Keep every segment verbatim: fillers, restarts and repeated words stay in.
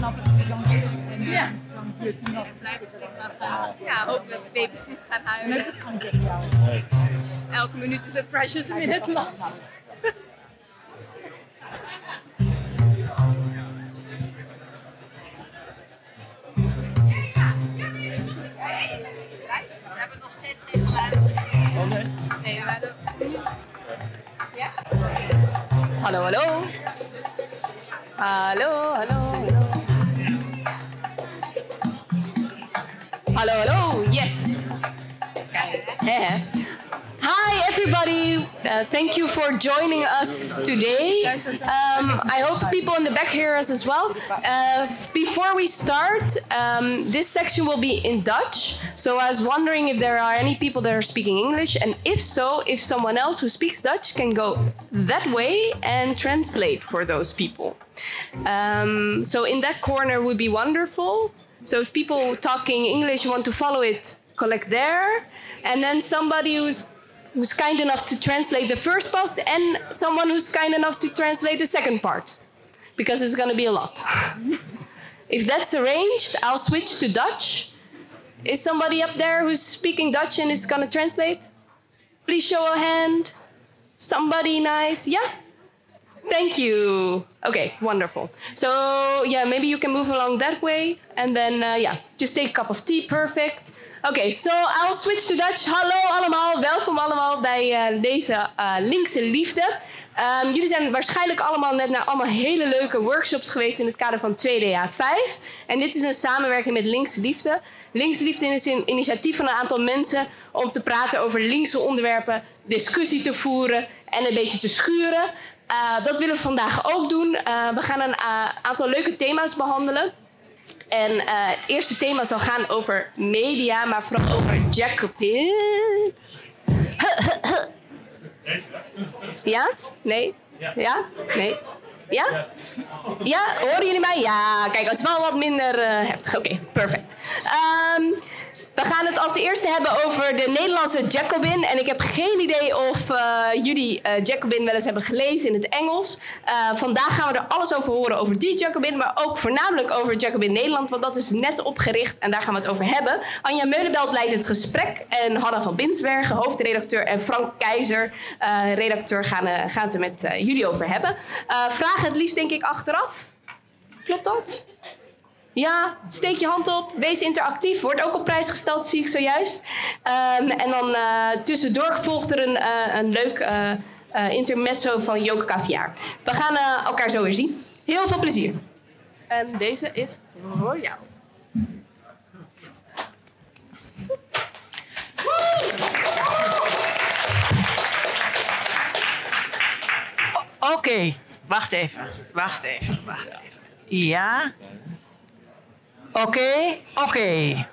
Ja. Ja, hopelijk de baby's niet gaan huilen. Elke minuut is een precious minute lost. We hebben nog steeds geen geluid. Oh nee? Nee, we hadden... Ja? Hallo, hallo. Hallo, hallo, hallo. Hallo, hallo. Yes. Hi, everybody. Uh, thank you for joining us today. Um, I hope the people in the back hear us as well. Uh, before we start, um, this section will be in Dutch. So I was wondering if there are any people that are speaking English. And if so, if someone else who speaks Dutch can go that way and translate for those people. Um, so in that corner would be wonderful. So if people talking English want to follow it, collect there. And then somebody who's who's kind enough to translate the first part and someone who's kind enough to translate the second part. Because it's going to be a lot. If that's arranged, I'll switch to Dutch. Is somebody up there who's speaking Dutch and is going to translate? Please show a hand. Somebody nice. Yeah? Thank you. Okay, wonderful. So, yeah, maybe you can move along that way. And then, uh, yeah, just take a cup of tea. Perfect. Oké, okay, so I'll switch to Dutch. Hallo allemaal, welkom allemaal bij uh, deze uh, Linkse Liefde. Um, jullie zijn waarschijnlijk allemaal net naar allemaal hele leuke workshops geweest in het kader van twee D A vijf. En dit is een samenwerking met Linkse Liefde. Linkse Liefde is een initiatief van een aantal mensen om te praten over linkse onderwerpen, discussie te voeren en een beetje te schuren. Uh, dat willen we vandaag ook doen. Uh, we gaan een uh, aantal leuke thema's behandelen. En uh, het eerste thema zal gaan over media, maar vooral over Jacobin. Ja? Nee? Ja? Nee? Ja? Ja? Horen jullie mij? Ja, kijk, het is wel wat minder uh, heftig. Oké, okay, perfect. Um, We gaan het als eerste hebben over de Nederlandse Jacobin. En ik heb geen idee of uh, jullie uh, Jacobin wel eens hebben gelezen in het Engels. Uh, vandaag gaan we er alles over horen over die Jacobin. Maar ook voornamelijk over Jacobin Nederland. Want dat is net opgericht en daar gaan we het over hebben. Anja Meulenbelt leidt het gesprek. En Hanna van Binsbergen, hoofdredacteur. En Frank Keizer, uh, redacteur, gaan, uh, gaan het er met uh, jullie over hebben. Uh, vragen het liefst denk ik achteraf. Klopt dat? Ja, steek je hand op, wees interactief. Wordt ook op prijs gesteld, zie ik zojuist. Um, en dan uh, tussendoor volgt er een, uh, een leuk uh, uh, intermezzo van Joke Caviar. We gaan uh, elkaar zo weer zien. Heel veel plezier. En deze is voor jou. Oké, okay. wacht even. Wacht even, wacht even. Ja... Oké, okay, oké. Okay.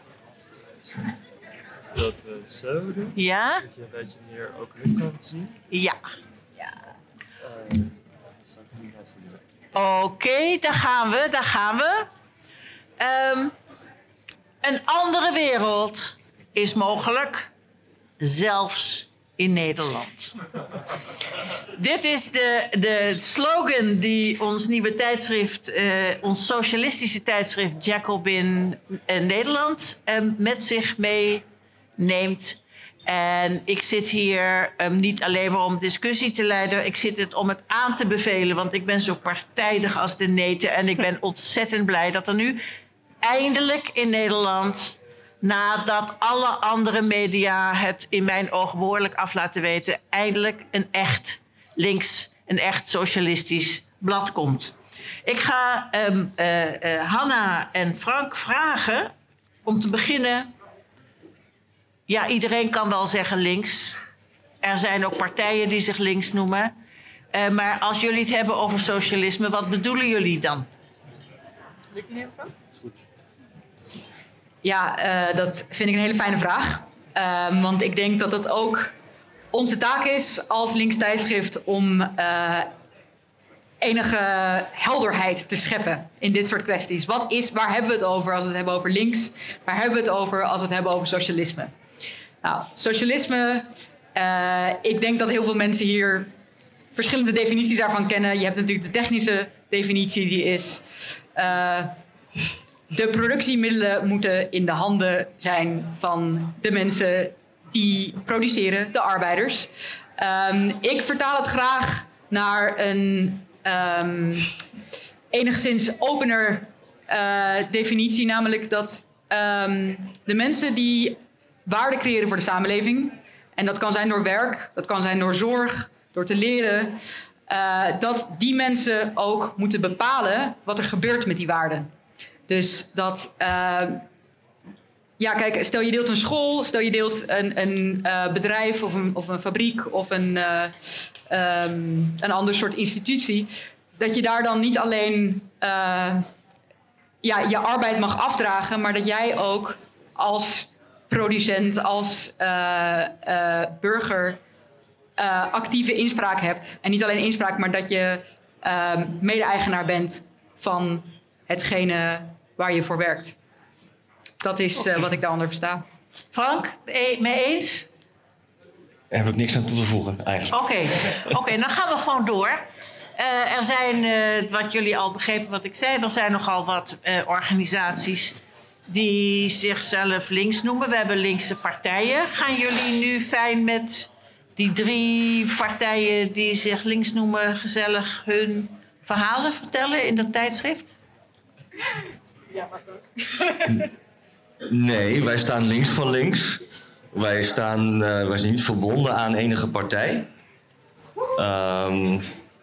Dat we zo doen. Ja. Dat je een beetje meer ook hun kan zien. Ja. Ja. Uh, Oké, okay, daar gaan we, daar gaan we. Um, een andere wereld is mogelijk, zelfs in Nederland. Dit is de, de slogan die ons nieuwe tijdschrift, uh, ons socialistische tijdschrift Jacobin uh, Nederland uh, met zich meeneemt. En ik zit hier um, niet alleen maar om discussie te leiden. Ik zit het om het aan te bevelen, want ik ben zo partijdig als de neten. En ik ben ontzettend blij dat er nu eindelijk in Nederland, nadat alle andere media het in mijn ogen behoorlijk af laten weten, eindelijk een echt links, een echt socialistisch blad komt. Ik ga um, uh, uh, Hanna en Frank vragen om te beginnen. Ja, iedereen kan wel zeggen links. Er zijn ook partijen die zich links noemen. Uh, maar als jullie het hebben over socialisme, wat bedoelen jullie dan? Ja, uh, dat vind ik een hele fijne vraag. Uh, want ik denk dat het ook onze taak is als links tijdschrift om uh, enige helderheid te scheppen in dit soort kwesties. Wat is, waar hebben we het over als we het hebben over links? Waar hebben we het over als we het hebben over socialisme? Nou, socialisme, uh, ik denk dat heel veel mensen hier verschillende definities daarvan kennen. Je hebt natuurlijk de technische definitie, die is Uh, de productiemiddelen moeten in de handen zijn van de mensen die produceren, de arbeiders. Um, ik vertaal het graag naar een um, enigszins opener uh, definitie, namelijk dat um, de mensen die waarde creëren voor de samenleving, en dat kan zijn door werk, dat kan zijn door zorg, door te leren, uh, dat die mensen ook moeten bepalen wat er gebeurt met die waarden. Dus dat, uh, ja kijk, stel je deelt een school, stel je deelt een, een uh, bedrijf of een, of een fabriek of een, uh, um, een ander soort institutie, dat je daar dan niet alleen uh, ja, je arbeid mag afdragen, maar dat jij ook als producent, als uh, uh, burger uh, actieve inspraak hebt. En niet alleen inspraak, maar dat je uh, mede-eigenaar bent van hetgene waar je voor werkt. Dat is uh, wat ik daaronder versta. Frank, mee eens? Daar heb ik niks aan toe te voegen, eigenlijk. Oké, okay. okay, dan gaan we gewoon door. Uh, er zijn, uh, wat jullie al begrepen wat ik zei, er zijn nogal wat uh, organisaties die zichzelf links noemen. We hebben linkse partijen. Gaan jullie nu fijn met die drie partijen die zich links noemen gezellig hun verhalen vertellen in dat tijdschrift? Ja, maar nee, wij staan links van links. Wij, staan, uh, wij zijn niet verbonden aan enige partij. Um,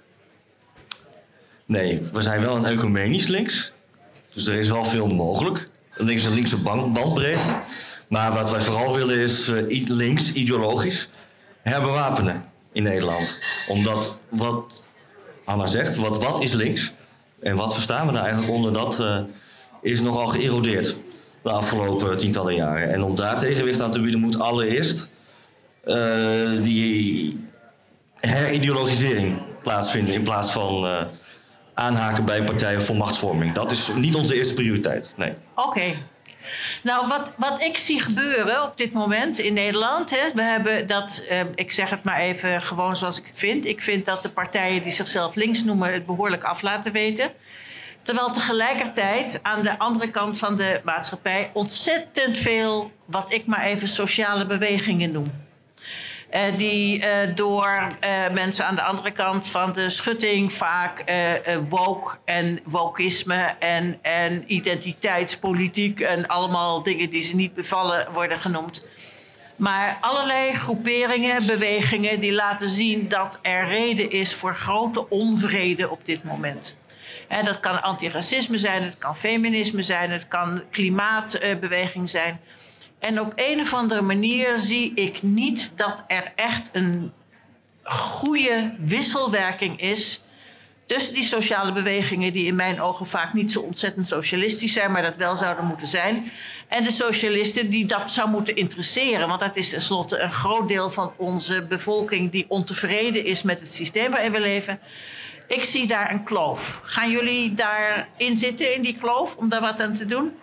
nee, we zijn wel een ecumenisch links. Dus er is wel veel mogelijk. Links en linkse bandbreedte. Maar wat wij vooral willen is uh, links, ideologisch, herbewapenen in Nederland. Omdat, wat Anna zegt, wat, wat is links? En wat verstaan we daar eigenlijk onder? Dat uh, is nogal geërodeerd de afgelopen tientallen jaren. En om daar tegenwicht aan te bieden moet allereerst uh, die herideologisering plaatsvinden in plaats van uh, aanhaken bij partijen voor machtsvorming. Dat is niet onze eerste prioriteit, nee. Oké. Okay. Nou, wat, wat ik zie gebeuren op dit moment in Nederland, hè, we hebben dat, uh, ik zeg het maar even gewoon zoals ik het vind. Ik vind dat de partijen die zichzelf links noemen het behoorlijk af laten weten. Terwijl tegelijkertijd aan de andere kant van de maatschappij ontzettend veel, wat ik maar even sociale bewegingen noem. Uh, die uh, door uh, mensen aan de andere kant van de schutting vaak uh, uh, woke en wokisme en, en identiteitspolitiek en allemaal dingen die ze niet bevallen worden genoemd. Maar allerlei groeperingen, bewegingen die laten zien dat er reden is voor grote onvrede op dit moment. En dat kan antiracisme zijn, het kan feminisme zijn, het kan klimaatbeweging zijn. En op een of andere manier zie ik niet dat er echt een goede wisselwerking is tussen die sociale bewegingen, die in mijn ogen vaak niet zo ontzettend socialistisch zijn, maar dat wel zouden moeten zijn, en de socialisten die dat zou moeten interesseren. Want dat is tenslotte een groot deel van onze bevolking die ontevreden is met het systeem waarin we leven. Ik zie daar een kloof. Gaan jullie daarin zitten, in die kloof, om daar wat aan te doen?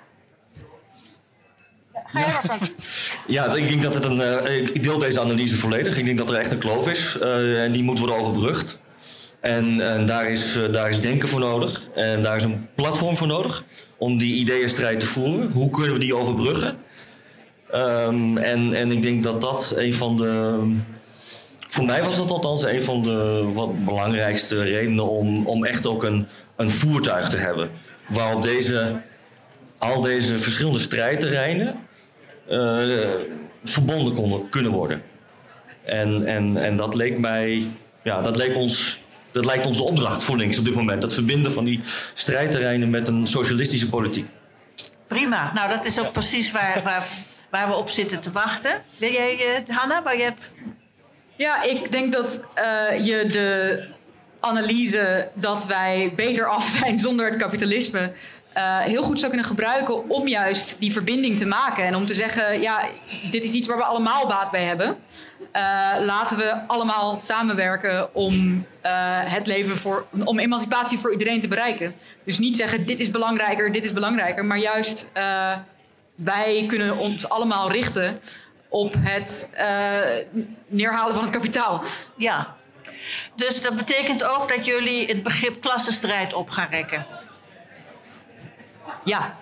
Ga je maar, Frank. Ja, ik denk dat het een. Uh, ik deel deze analyse volledig. Ik denk dat er echt een kloof is uh, en die moet worden overbrugd. En, en daar, is, uh, daar is denken voor nodig. En daar is een platform voor nodig om die ideeënstrijd te voeren. Hoe kunnen we die overbruggen? Um, en, en ik denk dat dat een van de. Voor mij was dat althans een van de wat belangrijkste redenen om, om echt ook een, een voertuig te hebben. Waarop deze, al deze verschillende strijdterreinen uh, verbonden konden, kunnen worden. En, en, en dat leek mij, ja, dat leek ons, dat lijkt onze opdracht voor links op dit moment. Het verbinden van die strijdterreinen met een socialistische politiek. Prima. Nou, dat is ook precies waar, waar, waar we op zitten te wachten. Wil jij, uh, Hanna, waar jij... Ja, ik denk dat uh, je de analyse dat wij beter af zijn zonder het kapitalisme uh, heel goed zou kunnen gebruiken om juist die verbinding te maken. En om te zeggen, ja, dit is iets waar we allemaal baat bij hebben. Uh, laten we allemaal samenwerken om uh, het leven voor, om emancipatie voor iedereen te bereiken. Dus niet zeggen, dit is belangrijker, dit is belangrijker. Maar juist, uh, wij kunnen ons allemaal richten op het uh, neerhalen van het kapitaal. Ja, dus dat betekent ook dat jullie het begrip klassenstrijd op gaan rekken. Ja.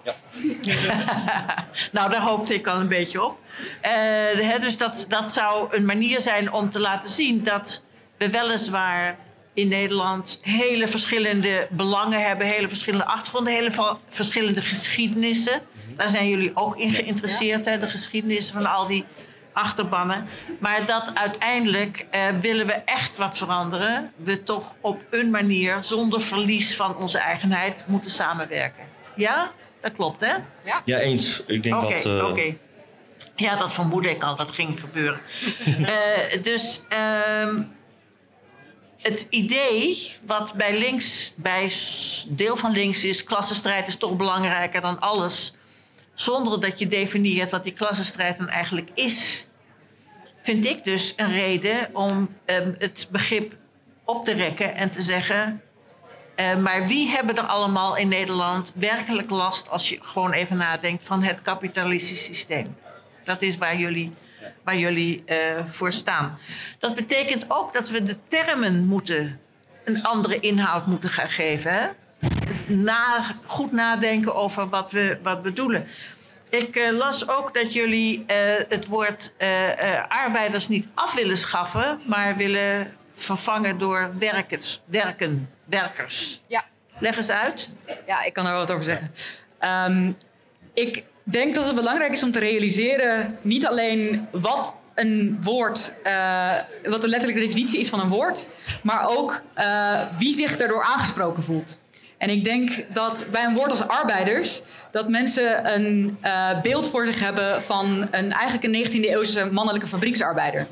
Nou, daar hoopte ik al een beetje op. Uh, hè, dus dat, dat zou een manier zijn om te laten zien dat we weliswaar in Nederland hele verschillende belangen hebben, hele verschillende achtergronden, hele va- verschillende geschiedenissen. Daar zijn jullie ook in geïnteresseerd, hè, de geschiedenissen van al die achterbannen. Maar dat uiteindelijk uh, willen we echt wat veranderen. We toch op een manier, zonder verlies van onze eigenheid, moeten samenwerken. Ja? Dat klopt, hè? Ja, eens. Ik denk Oké, dat... uh, oké. Ja, dat vermoedde ik al, dat ging gebeuren. uh, dus uh, het idee wat bij links, bij deel van links is, klassenstrijd is toch belangrijker dan alles, zonder dat je definieert wat die klassenstrijd dan eigenlijk is, vind ik dus een reden om uh, het begrip op te rekken en te zeggen, Uh, maar wie hebben er allemaal in Nederland werkelijk last, als je gewoon even nadenkt, van het kapitalistisch systeem? Dat is waar jullie, waar jullie uh, voor staan. Dat betekent ook dat we de termen moeten, een andere inhoud moeten gaan geven. Hè? Na, goed nadenken over wat we, wat we bedoelen. Ik uh, las ook dat jullie uh, het woord uh, uh, arbeiders niet af willen schaffen, maar willen vervangen door werkers, werken, werkers. Ja. Leg eens uit. Ja, ik kan er wel wat over zeggen. Um, ik denk dat het belangrijk is om te realiseren niet alleen wat een woord, uh, wat de letterlijke definitie is van een woord, maar ook uh, wie zich daardoor aangesproken voelt. En ik denk dat bij een woord als arbeiders, dat mensen een uh, beeld voor zich hebben van een eigenlijk een negentiende eeuwse mannelijke fabrieksarbeider.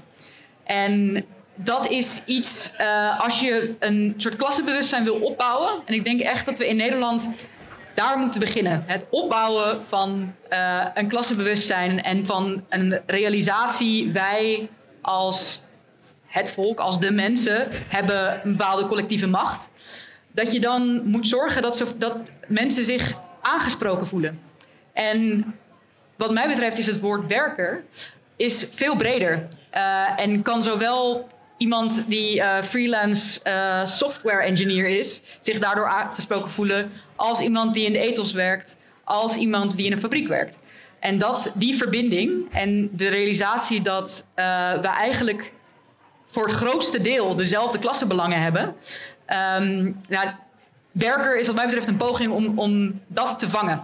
En dat is iets, uh, als je een soort klassenbewustzijn wil opbouwen. En ik denk echt dat we in Nederland daar moeten beginnen. Het opbouwen van uh, een klassenbewustzijn en van een realisatie. Wij als het volk, als de mensen, hebben een bepaalde collectieve macht. Dat je dan moet zorgen dat, zo, dat mensen zich aangesproken voelen. En wat mij betreft is het woord werker is veel breder. Uh, en kan zowel iemand die uh, freelance uh, software engineer is, zich daardoor aangesproken voelen, als iemand die in de ethos werkt, als iemand die in een fabriek werkt. En dat, die verbinding en de realisatie dat uh, we eigenlijk voor het grootste deel dezelfde klassenbelangen hebben. Um, nou, werker is wat mij betreft een poging om, om dat te vangen.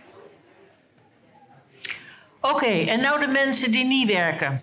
Oké, okay, en nou de mensen die niet werken.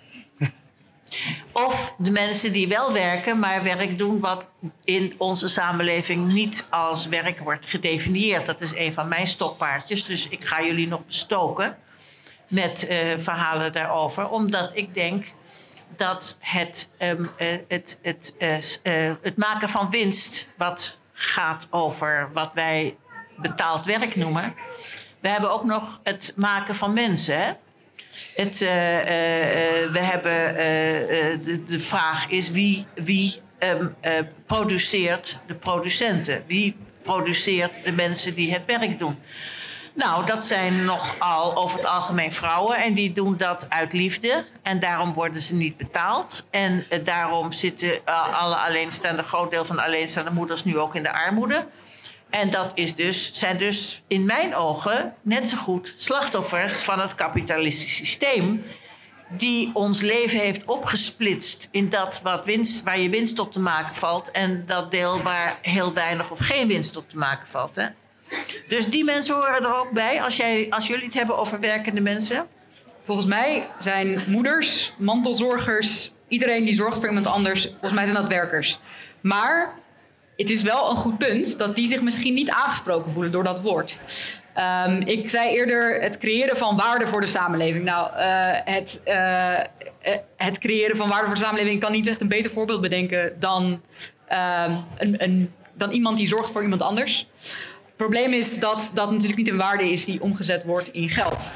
Of de mensen die wel werken, maar werk doen wat in onze samenleving niet als werk wordt gedefinieerd. Dat is een van mijn stokpaardjes, dus ik ga jullie nog bestoken met uh, verhalen daarover. Omdat ik denk dat het, um, uh, het, het, uh, uh, het maken van winst, wat gaat over wat wij betaald werk noemen. We hebben ook nog het maken van mensen, hè? Het, uh, uh, uh, we hebben, uh, uh, de, de vraag is wie, wie um, uh, produceert de producenten? Wie produceert de mensen die het werk doen? Nou, dat zijn nogal over het algemeen vrouwen en die doen dat uit liefde. En daarom worden ze niet betaald. En uh, daarom zitten uh, alle alleenstaande, groot deel van de alleenstaande moeders nu ook in de armoede. En dat is dus, zijn dus in mijn ogen net zo goed slachtoffers van het kapitalistisch systeem, die ons leven heeft opgesplitst in dat wat winst, waar je winst op te maken valt en dat deel waar heel weinig of geen winst op te maken valt. Hè? Dus die mensen horen er ook bij als, jij, als jullie het hebben over werkende mensen? Volgens mij zijn moeders, mantelzorgers, iedereen die zorgt voor iemand anders, volgens mij zijn dat werkers. Maar het is wel een goed punt dat die zich misschien niet aangesproken voelen door dat woord. Um, ik zei eerder het creëren van waarde voor de samenleving. Nou, uh, het, uh, het creëren van waarde voor de samenleving, ik kan niet echt een beter voorbeeld bedenken dan, uh, een, een, dan iemand die zorgt voor iemand anders. Het probleem is dat dat natuurlijk niet een waarde is die omgezet wordt in geld.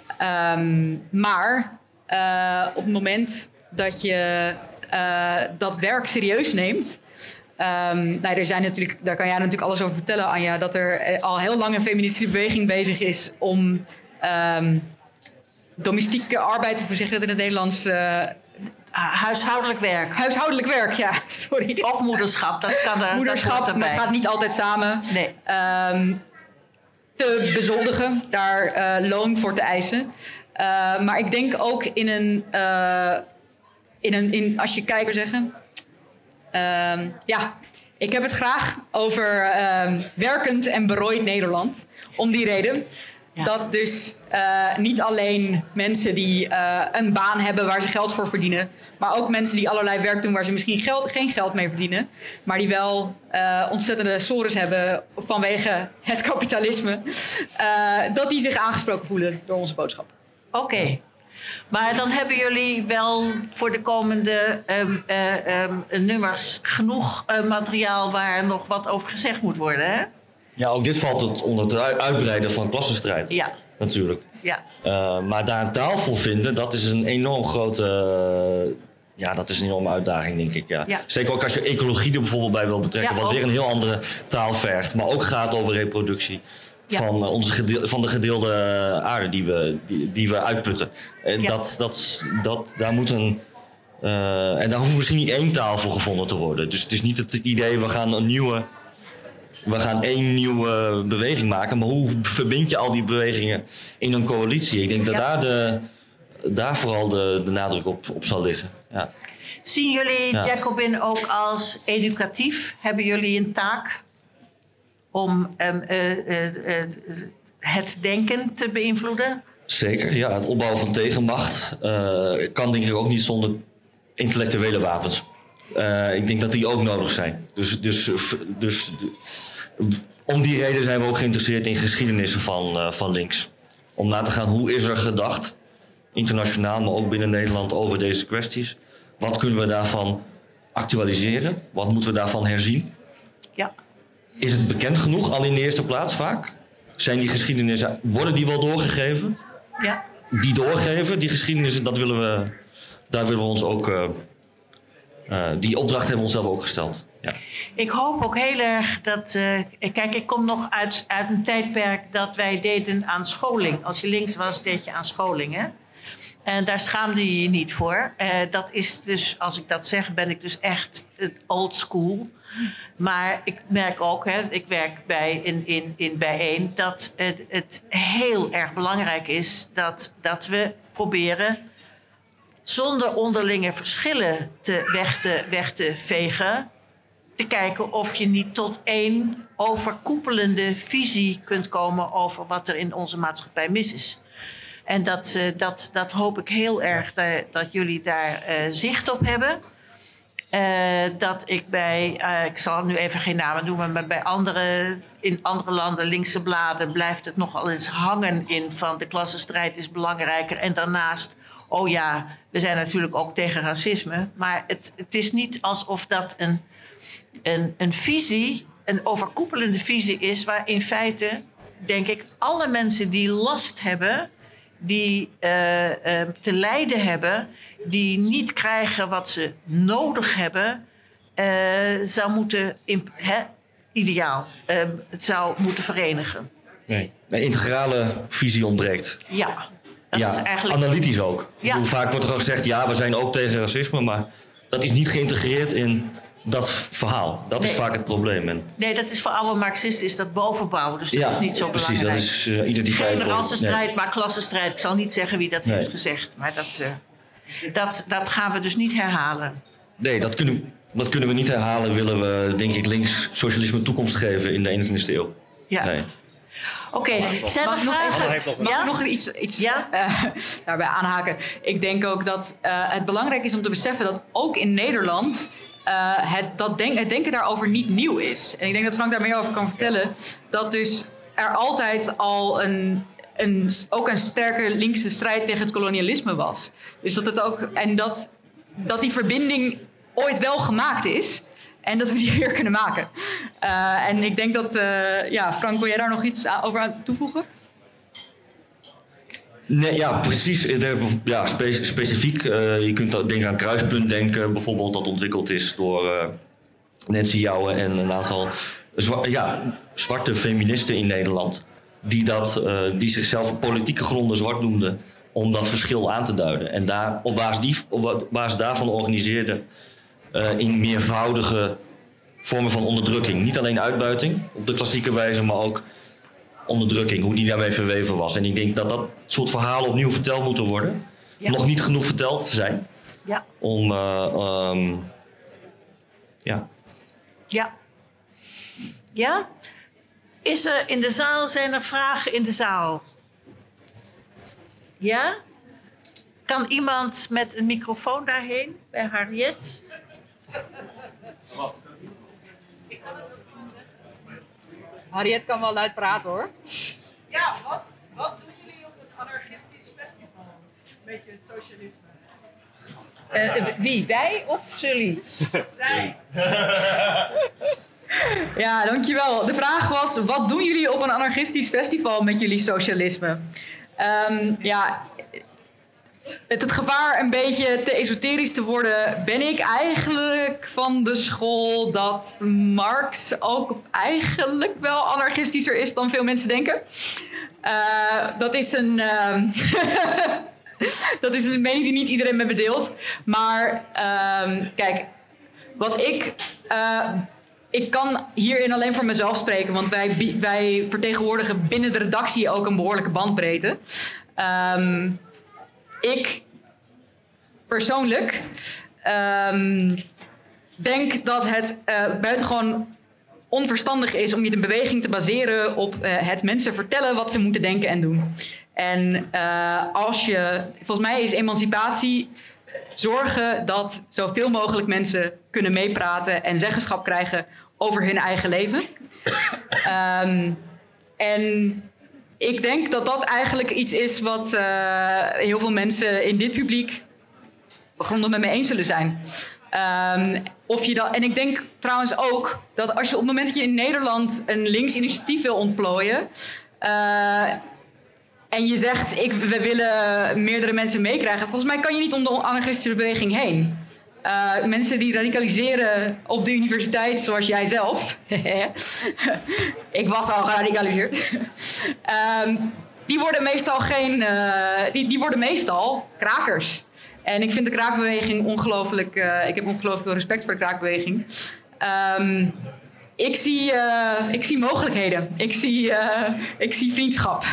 Um, maar uh, op het moment dat je uh, dat werk serieus neemt. Um, nou, er zijn natuurlijk, daar kan jij natuurlijk alles over vertellen, Anja, dat er al heel lang een feministische beweging bezig is om um, domestieke arbeid, hoe zeg je dat in het Nederlands? Uh, Huishoudelijk werk. Huishoudelijk werk, ja, sorry. Of moederschap, dat kan er. Moederschap, dat maar het gaat niet altijd samen. Nee. Um, te bezoldigen, daar uh, loon voor te eisen. Uh, maar ik denk ook in een, uh, in een in, als je kijkt, zeggen, uh, ja, ik heb het graag over uh, werkend en berooid Nederland. Om die reden. Ja. Dat dus uh, niet alleen mensen die uh, een baan hebben waar ze geld voor verdienen, maar ook mensen die allerlei werk doen waar ze misschien geld, geen geld mee verdienen, maar die wel uh, ontzettende sores hebben vanwege het kapitalisme, uh, dat die zich aangesproken voelen door onze boodschap. Oké. Okay. Maar dan hebben jullie wel voor de komende um, uh, um, nummers genoeg uh, materiaal waar nog wat over gezegd moet worden, hè? Ja, ook dit valt het onder het uitbreiden van klassenstrijd. Ja. Natuurlijk. Ja. Uh, maar daar een taal voor vinden, dat is een enorm grote... Uh, ja, dat is een enorme uitdaging, denk ik. Ja. Ja. Zeker ook als je ecologie er bijvoorbeeld bij wil betrekken, ja, wat ook weer een heel andere taal vergt. Maar ook gaat over reproductie. Ja. Van, uh, onze gedeel, van de gedeelde aarde die we, die, die we uitputten. En ja. dat, dat, dat, daar moet een... Uh, en daar hoeft misschien niet één taal voor gevonden te worden. Dus het is niet het idee, we gaan een nieuwe... We gaan één nieuwe beweging maken, maar hoe verbind je al die bewegingen in een coalitie? Ik denk dat ja. daar, de, daar vooral de, de nadruk op, op zal liggen. Ja. Zien jullie ja. Jacobin ook als educatief? Hebben jullie een taak om um, uh, uh, uh, het denken te beïnvloeden? Zeker, ja. Het opbouwen van tegenmacht uh, kan denk ik ook niet zonder intellectuele wapens. Uh, ik denk dat die ook nodig zijn. Dus... dus, dus om die reden zijn we ook geïnteresseerd in geschiedenissen van, uh, van links. Om na te gaan hoe is er gedacht, internationaal, maar ook binnen Nederland, over deze kwesties. Wat kunnen we daarvan actualiseren? Wat moeten we daarvan herzien? Ja. Is het bekend genoeg, al in de eerste plaats vaak? Zijn die geschiedenissen, worden die wel doorgegeven? Ja. Die doorgeven, die geschiedenissen, dat willen we, daar willen we ons ook... Uh, uh, die opdracht hebben we onszelf ook gesteld. Ja. Ik hoop ook heel erg dat... Uh, kijk, ik kom nog uit, uit een tijdperk dat wij deden aan scholing. Als je links was, deed je aan scholing, hè? En daar schaamde je je niet voor. Uh, dat is dus, als ik dat zeg, ben ik dus echt old school. Maar ik merk ook, hè, ik werk bij in, in, in bijeen, dat het, het heel erg belangrijk is dat, dat we proberen zonder onderlinge verschillen te weg, te weg te vegen, te kijken of je niet tot één overkoepelende visie kunt komen over wat er in onze maatschappij mis is. En dat, uh, dat, dat hoop ik heel erg dat, dat jullie daar uh, zicht op hebben. Uh, dat ik bij, uh, ik zal nu even geen namen noemen, maar bij andere, in andere landen, linkse bladen, blijft het nogal eens hangen in van de klassenstrijd is belangrijker. En daarnaast, oh ja, we zijn natuurlijk ook tegen racisme. Maar het, het is niet alsof dat een, een, een visie, een overkoepelende visie is, waar in feite, denk ik, alle mensen die last hebben, die uh, uh, te lijden hebben, die niet krijgen wat ze nodig hebben, uh, zou moeten, hè, ideaal, uh, het zou moeten verenigen. Nee, een integrale visie ontbreekt. Ja, dat ja, is eigenlijk... analytisch ook. Ja. Bedoel, vaak wordt er al gezegd, ja, we zijn ook tegen racisme, maar dat is niet geïntegreerd in dat verhaal. Dat nee. is vaak het probleem. En... Nee, dat is voor oude Marxisten is dat bovenbouwen, dus dat ja, is niet zo precies, belangrijk. Dat is uh, identiteit. Geen rassenstrijd, nee. maar klassenstrijd. Ik zal niet zeggen wie dat nee. heeft gezegd, maar dat... Uh, Dat, dat gaan we dus niet herhalen. Nee, dat kunnen, dat kunnen we niet herhalen. Willen we, denk ik, links socialisme toekomst geven in de eenentwintigste eeuw. Ja. Nee. Oké, okay. Zijn er vragen? Nog Mag ja? ik nog iets, iets ja? uh, daarbij aanhaken? Ik denk ook dat uh, het belangrijk is om te beseffen dat ook in Nederland uh, het, dat denk, het denken daarover niet nieuw is. En ik denk dat Frank daar meer over kan vertellen. Dat dus er altijd al een... Een, ook een sterke linkse strijd tegen het kolonialisme was. Dus dat het ook. En dat, dat die verbinding ooit wel gemaakt is. En dat we die weer kunnen maken. Uh, en ik denk dat. Uh, ja, Frank, wil jij daar nog iets over aan toevoegen? Nee, ja, precies. Ja, spe- specifiek. Uh, je kunt denken aan Kruispunt denken, bijvoorbeeld, dat ontwikkeld is door uh, Nancy Jouwen en een aantal zwa- ja, zwarte feministen in Nederland. Die, dat, uh, die zichzelf op politieke gronden zwart noemden om dat verschil aan te duiden. En daar, op, basis die, op basis daarvan organiseerden uh, in meervoudige vormen van onderdrukking. Niet alleen uitbuiting op de klassieke wijze, maar ook onderdrukking, hoe die daarmee verweven was. En ik denk dat dat soort verhalen opnieuw verteld moeten worden. Ja. Nog niet genoeg verteld zijn. Ja. Om, uh, um, ja. Ja. Ja? Is er in de zaal, zijn er vragen in de zaal? Ja? Kan iemand met een microfoon daarheen, bij Harriet? Harriet kan wel luid praten hoor. Ja, wat, wat doen jullie op een anarchistisch festival? Een beetje socialisme. Uh, wie? Wij of jullie? Zij. Ja, dankjewel. De vraag was, wat doen jullie op een anarchistisch festival met jullie socialisme? Um, ja, het, het gevaar een beetje te esoterisch te worden, ben ik eigenlijk van de school dat Marx ook eigenlijk wel anarchistischer is dan veel mensen denken. Uh, dat is een... Uh, dat is een mening die niet iedereen met me deelt. Maar uh, kijk, wat ik... Uh, Ik kan hierin alleen voor mezelf spreken, want wij, wij vertegenwoordigen binnen de redactie ook een behoorlijke bandbreedte. Um, ik persoonlijk um, denk dat het uh, buitengewoon onverstandig is om je de beweging te baseren op uh, het mensen vertellen wat ze moeten denken en doen. En uh, als je, volgens mij is emancipatie zorgen dat zoveel mogelijk mensen kunnen meepraten en zeggenschap krijgen over hun eigen leven. Um, en ik denk dat dat eigenlijk iets is wat uh, heel veel mensen in dit publiek gewoon het met me eens zullen zijn. Um, of je dat, en ik denk trouwens ook dat als je op het moment dat je in Nederland een links initiatief wil ontplooien, Uh, en je zegt, ik, we willen meerdere mensen meekrijgen, volgens mij kan je niet om de anarchistische beweging heen. Uh, mensen die radicaliseren op de universiteit, zoals jij zelf. Ik was al geradicaliseerd. um, die worden meestal geen, uh, die, die worden meestal krakers. En ik vind de kraakbeweging ongelooflijk, uh, ik heb ongelooflijk veel respect voor de kraakbeweging. Um, ik, zie, uh, ik zie mogelijkheden. Ik zie, uh, ik zie vriendschap.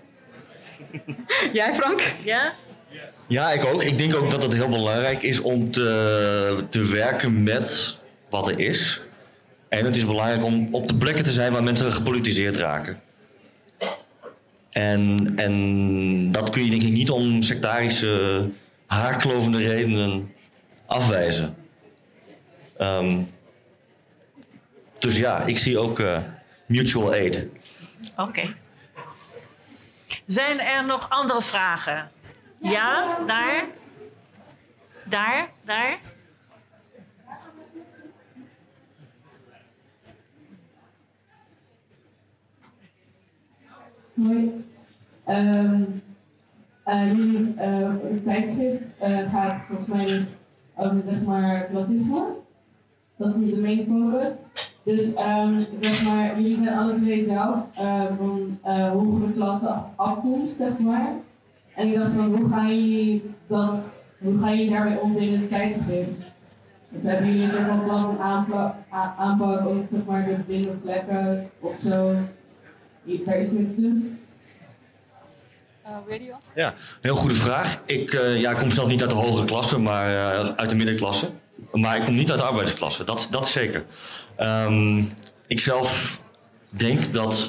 Jij, Frank? Ja? Ja, ik ook. Ik denk ook dat het heel belangrijk is om te, te werken met wat er is. En het is belangrijk om op de plekken te zijn waar mensen gepolitiseerd raken. En, en dat kun je denk ik niet om sectarische, haarklovende redenen afwijzen. Um, dus ja, ik zie ook uh, mutual aid. Oké. Okay. Zijn er nog andere vragen? Ja, daar. Daar, daar. Hoi. Um, uh, jullie uh, tijdschrift uh, gaat volgens mij dus over zeg maar klassisme. Dat is nu de main focus. Dus um, zeg maar, jullie zijn alle twee zelf uh, van uh, hogere klasse afkomst, zeg maar. En ik dacht van, hoe gaan jullie dat, hoe gaan jullie daarmee om binnen het tijdschrift? Dus hebben jullie een soort van plan van aanpak, aanpak ook zeg maar de blinde vlekken of zo, daar iets mee te doen? Uh, ja, heel goede vraag. Ik uh, ja, kom zelf niet uit de hogere klasse, maar uh, uit de middenklasse. Maar ik kom niet uit de arbeidersklasse, dat, dat is zeker. Um, ik zelf denk dat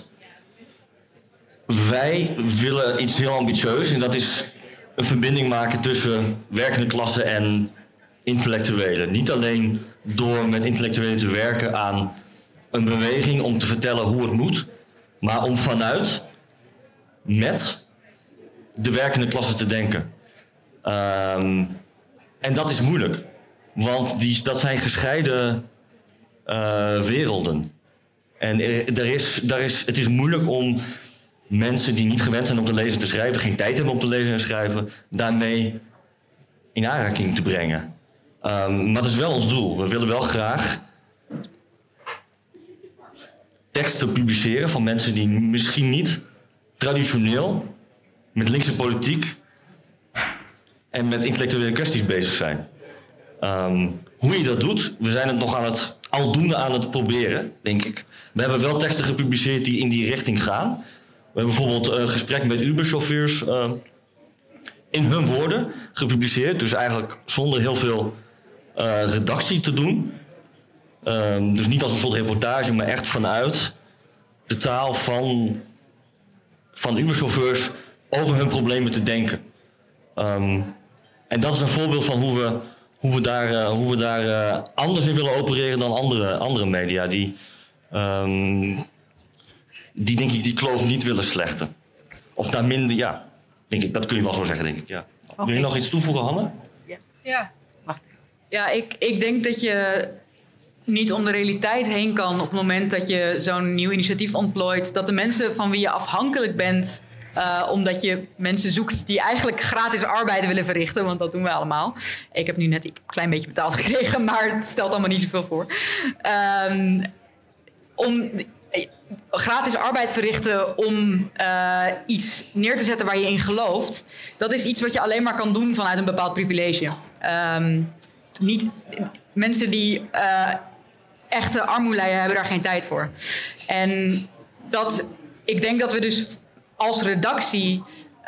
wij willen iets heel ambitieus. En dat is een verbinding maken tussen werkende klasse en intellectuelen. Niet alleen door met intellectuelen te werken aan een beweging om te vertellen hoe het moet. Maar om vanuit, met de werkende klasse te denken. Um, en dat is moeilijk. Want die, dat zijn gescheiden uh, werelden. En er is, daar is, het is moeilijk om mensen die niet gewend zijn om te lezen en te schrijven, geen tijd hebben om te lezen en schrijven, daarmee in aanraking te brengen. Um, maar dat is wel ons doel. We willen wel graag teksten publiceren van mensen die misschien niet traditioneel met linkse politiek en met intellectuele kwesties bezig zijn. Um, hoe je dat doet, we zijn het nog aan het, aldoende aan het proberen, denk ik. We hebben wel teksten gepubliceerd die in die richting gaan. We hebben bijvoorbeeld een gesprek met Uber-chauffeurs uh, in hun woorden gepubliceerd. Dus eigenlijk zonder heel veel uh, redactie te doen. Um, dus niet als een soort reportage, maar echt vanuit de taal van, van Uber-chauffeurs over hun problemen te denken. Um, en dat is een voorbeeld van hoe we, hoe we daar, uh, hoe we daar uh, anders in willen opereren dan andere, andere media. Die, um, die denk ik die kloof niet willen slechten. Of daar minder, ja, denk ik, dat kun je wel zo zeggen, denk ik. Ja. Okay. Wil je nog iets toevoegen, Hanne? Ja, ja. Wacht. Ja, ik, ik denk dat je niet om de realiteit heen kan op het moment dat je zo'n nieuw initiatief ontplooit. Dat de mensen van wie je afhankelijk bent, uh, omdat je mensen zoekt die eigenlijk gratis arbeid willen verrichten, want dat doen we allemaal. Ik heb nu net een klein beetje betaald gekregen, maar het stelt allemaal niet zoveel voor. Um, om gratis arbeid verrichten om uh, iets neer te zetten waar je in gelooft, dat is iets wat je alleen maar kan doen vanuit een bepaald privilege. Um, niet, mensen die uh, echte armoede lijden hebben daar geen tijd voor. En dat, ik denk dat we dus als redactie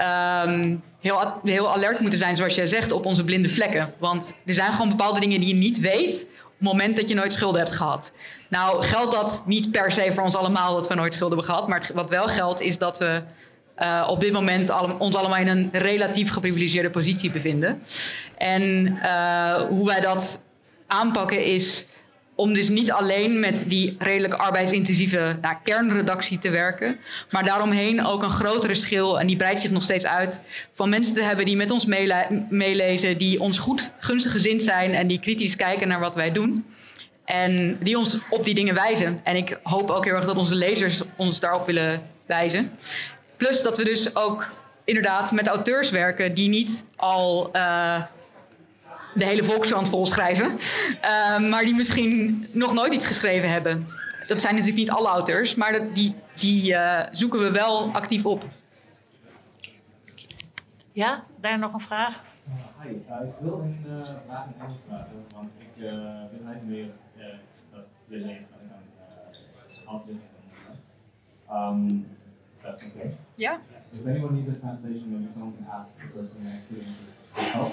um, heel, heel alert moeten zijn, zoals jij zegt, op onze blinde vlekken. Want er zijn gewoon bepaalde dingen die je niet weet op het moment dat je nooit schulden hebt gehad. Nou geldt dat niet per se voor ons allemaal dat we nooit schulden hebben gehad. Maar het, wat wel geldt is dat we uh, op dit moment alle, ons allemaal in een relatief geprivilegeerde positie bevinden. En uh, hoe wij dat aanpakken is om dus niet alleen met die redelijk arbeidsintensieve nou, kernredactie te werken, maar daaromheen ook een grotere schil, en die breidt zich nog steeds uit, van mensen te hebben die met ons meele- meelezen, die ons goed gunstig gezind zijn en die kritisch kijken naar wat wij doen. En die ons op die dingen wijzen. En ik hoop ook heel erg dat onze lezers ons daarop willen wijzen. Plus dat we dus ook inderdaad met auteurs werken die niet al Uh, de hele Volkskrant vol schrijven, uh, maar die misschien nog nooit iets geschreven hebben. Dat zijn natuurlijk niet alle auteurs, maar dat, die, die uh, zoeken we wel actief op. Ja, daar nog een vraag? Uh, hi, uh, ik wil een uh, vraag in Engels vragen, want ik uh, begrijp meer uh, dat je leest en dan afdrukken. Um, that's okay. Yeah. If anyone needs a translation, maybe someone can ask the person next to them to help.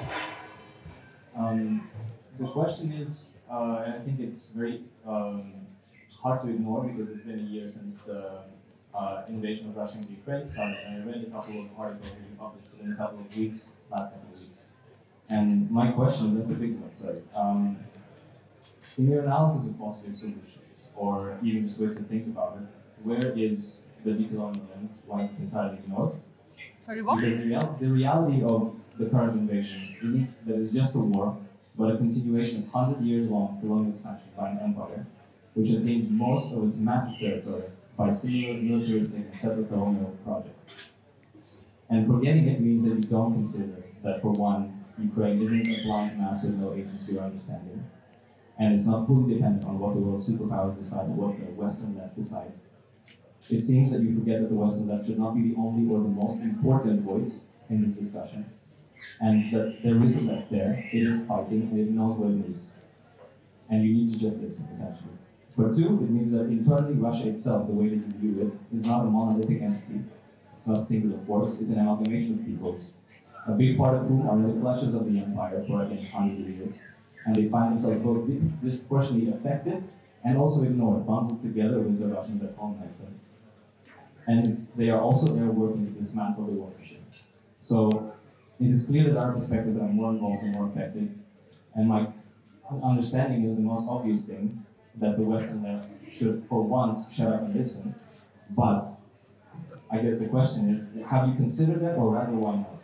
Um, the question is, uh, and I think it's very um, hard to ignore because it's been a year since the uh, invasion of Russia into Ukraine started, and I read a couple of articles that you published within a couple of weeks, last couple of weeks. And my question, that's a big one, sorry. Um, in your analysis of possible solutions, or even just ways to think about it, where is the decolonial lens? Why is it entirely ignored? Sorry, what? Because the, real- the reality of the current invasion isn't that it's just a war, but a continuation of one hundred years long colonial expansion by an empire, which has gained most of its massive territory by similar militaristic and separate colonial projects. And forgetting it means that you don't consider that, for one, Ukraine isn't a blind mass with no agency or understanding, and it's not fully dependent on what the world superpowers decide or what the Western left decides. It seems that you forget that the Western left should not be the only or the most important voice in this discussion, and that there is a left there, it is fighting, and it knows what it is. And you need to just listen, essentially. But two, it means that internally Russia itself, the way that you view it, is not a monolithic entity. It's not a singular force, it's an amalgamation of peoples, a big part of whom are in the clutches of the empire for again hundreds of years, and they find themselves both disproportionately affected and also ignored, bundled together with the Russians that colonized them. And they are also there working to dismantle the ownership. So it is clear that our perspectives are more involved and more effective, and my understanding is the most obvious thing, that the Western left should for once shut up and listen. But I guess the question is, have you considered that, or rather why not?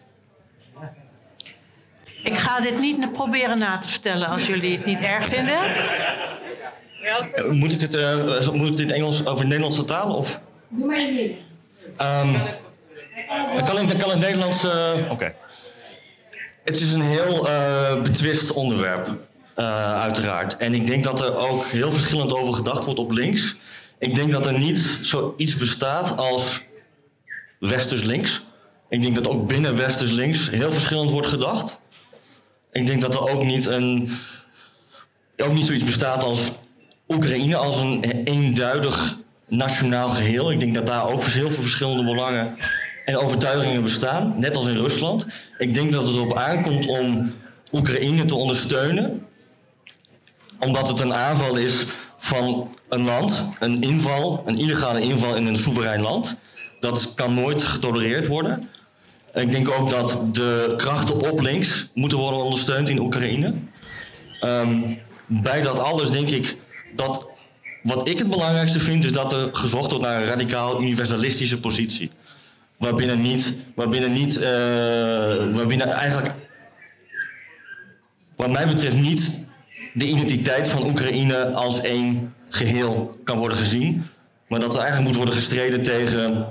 Ik ga dit niet proberen na te vertellen als jullie het niet erg vinden. Moet ik het, uh, moet ik het in Engels over Nederlandse taal? Of? Doe maar in het Um, dan kan ik, dan kan het Nederlands. Uh, Oké. Okay. Het is een heel uh, betwist onderwerp, uh, uiteraard. En ik denk dat er ook heel verschillend over gedacht wordt op links. Ik denk dat er niet zoiets bestaat als westers links. Ik denk dat ook binnen westers links heel verschillend wordt gedacht. Ik denk dat er ook niet, een, ook niet zoiets bestaat als Oekraïne als een eenduidig nationaal geheel. Ik denk dat daar ook heel veel verschillende belangen en overtuigingen bestaan, net als in Rusland. Ik denk dat het erop aankomt om Oekraïne te ondersteunen, omdat het een aanval is van een land, een inval, een illegale inval in een soeverein land. Dat kan nooit getolereerd worden. Ik denk ook dat de krachten op links moeten worden ondersteund in Oekraïne. Um, bij dat alles denk ik dat wat ik het belangrijkste vind is dat er gezocht wordt naar een radicaal universalistische positie. Waarbinnen niet, waarbinnen niet, uh, waarbinnen eigenlijk, wat mij betreft niet de identiteit van Oekraïne als één geheel kan worden gezien. Maar dat er eigenlijk moet worden gestreden tegen,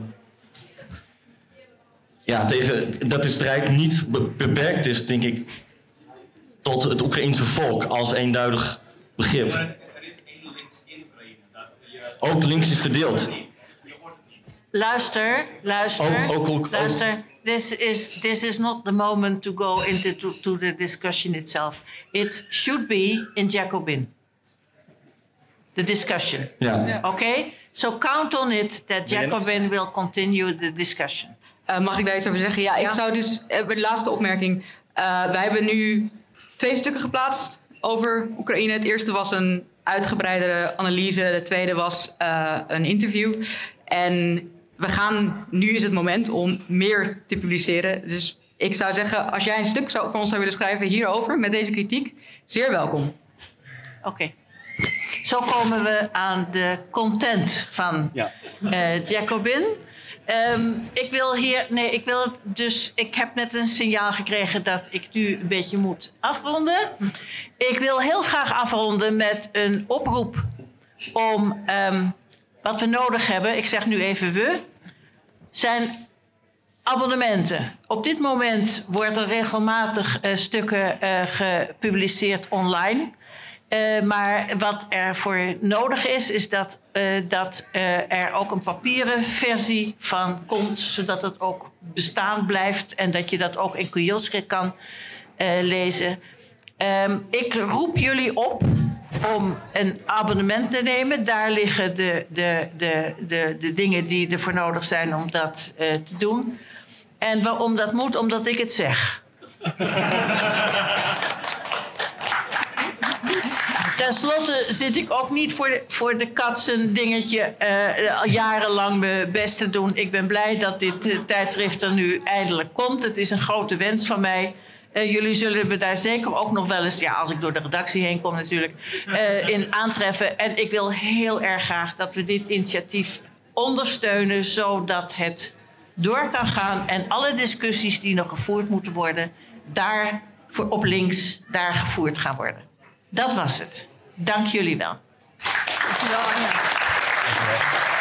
ja, tegen dat de strijd niet be- beperkt is, denk ik, tot het Oekraïense volk als eenduidig begrip. Er is één links in Oekraïne. Dat je... Ook links is verdeeld. Luister, luister, Ook- ook- ook- luister. This is, this is not the moment to go into to, to the discussion itself. It should be in Jacobin. The discussion. Ja. Okay? So count on it that Jacobin will continue the discussion. Uh, mag ik daar iets over zeggen? Ja, ik Ja. zou dus... Uh, bij de laatste opmerking. Uh, wij hebben nu twee stukken geplaatst over Oekraïne. Het eerste was een uitgebreidere analyse. De tweede was uh, een interview. En we gaan... Nu is het moment om meer te publiceren. Dus ik zou zeggen, als jij een stuk zou, voor ons zou willen schrijven hierover, met deze kritiek, zeer welkom. Oké. Okay. Zo komen we aan de content van Ja. uh, Jacobin. Um, ik wil hier, nee, ik wil het dus, ik heb net een signaal gekregen dat ik nu een beetje moet afronden. Ik wil heel graag afronden met een oproep om um, wat we nodig hebben, ik zeg nu even we, zijn abonnementen. Op dit moment worden regelmatig uh, stukken uh, gepubliceerd online. Uh, maar wat er voor nodig is, is dat, uh, dat uh, er ook een papieren versie van komt, zodat het ook bestaan blijft en dat je dat ook in Kyrilschrift kan uh, lezen. Um, ik roep jullie op om een abonnement te nemen. Daar liggen de, de, de, de, de dingen die ervoor nodig zijn om dat uh, te doen. En waarom dat moet? Omdat ik het zeg. Ten slotte zit ik ook niet voor de, voor de katsen dingetje uh, al jarenlang mijn best te doen. Ik ben blij dat dit uh, tijdschrift er nu eindelijk komt. Het is een grote wens van mij. Uh, jullie zullen me daar zeker ook nog wel eens, ja, als ik door de redactie heen kom natuurlijk, uh, in aantreffen. En ik wil heel erg graag dat we dit initiatief ondersteunen, zodat het door kan gaan en alle discussies die nog gevoerd moeten worden, daar voor op links daar gevoerd gaan worden. Dat was het. Dank jullie wel. Dankjewel, Anja.